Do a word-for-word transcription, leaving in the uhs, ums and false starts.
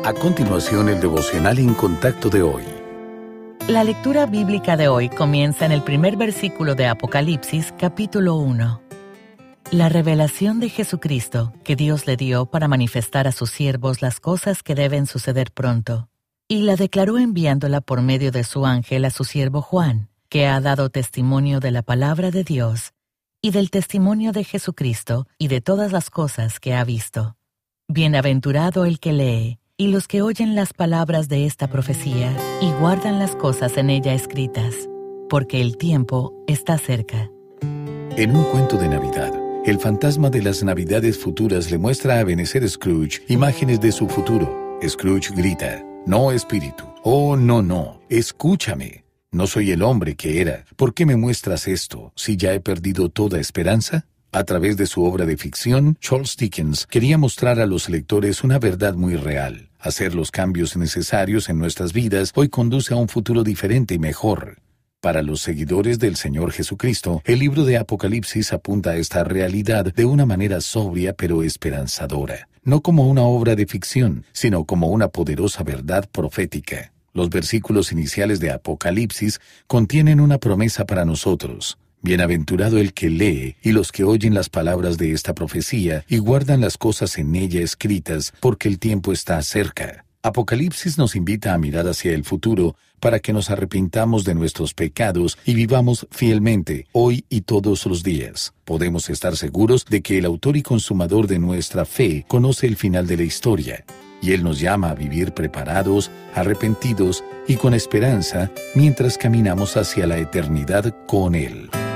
A continuación, el devocional en contacto de hoy. La lectura bíblica de hoy comienza en el primer versículo de Apocalipsis, capítulo uno. La revelación de Jesucristo que Dios le dio para manifestar a sus siervos las cosas que deben suceder pronto, y la declaró enviándola por medio de su ángel a su siervo Juan, que ha dado testimonio de la palabra de Dios y del testimonio de Jesucristo y de todas las cosas que ha visto. Bienaventurado el que lee, y los que oyen las palabras de esta profecía y guardan las cosas en ella escritas, porque el tiempo está cerca. En un cuento de Navidad, el fantasma de las Navidades futuras le muestra a Ebenezer Scrooge imágenes de su futuro. Scrooge grita: «No, espíritu. Oh, no, no. Escúchame. No soy el hombre que era. ¿Por qué me muestras esto, si ya he perdido toda esperanza?» A través de su obra de ficción, Charles Dickens quería mostrar a los lectores una verdad muy real. Hacer los cambios necesarios en nuestras vidas hoy conduce a un futuro diferente y mejor. Para los seguidores del Señor Jesucristo, el libro de Apocalipsis apunta a esta realidad de una manera sobria pero esperanzadora, no como una obra de ficción, sino como una poderosa verdad profética. Los versículos iniciales de Apocalipsis contienen una promesa para nosotros. Bienaventurado el que lee y los que oyen las palabras de esta profecía y guardan las cosas en ella escritas, porque el tiempo está cerca. Apocalipsis nos invita a mirar hacia el futuro para que nos arrepintamos de nuestros pecados y vivamos fielmente hoy y todos los días. Podemos estar seguros de que el autor y consumador de nuestra fe conoce el final de la historia, y Él nos llama a vivir preparados, arrepentidos y con esperanza mientras caminamos hacia la eternidad con Él.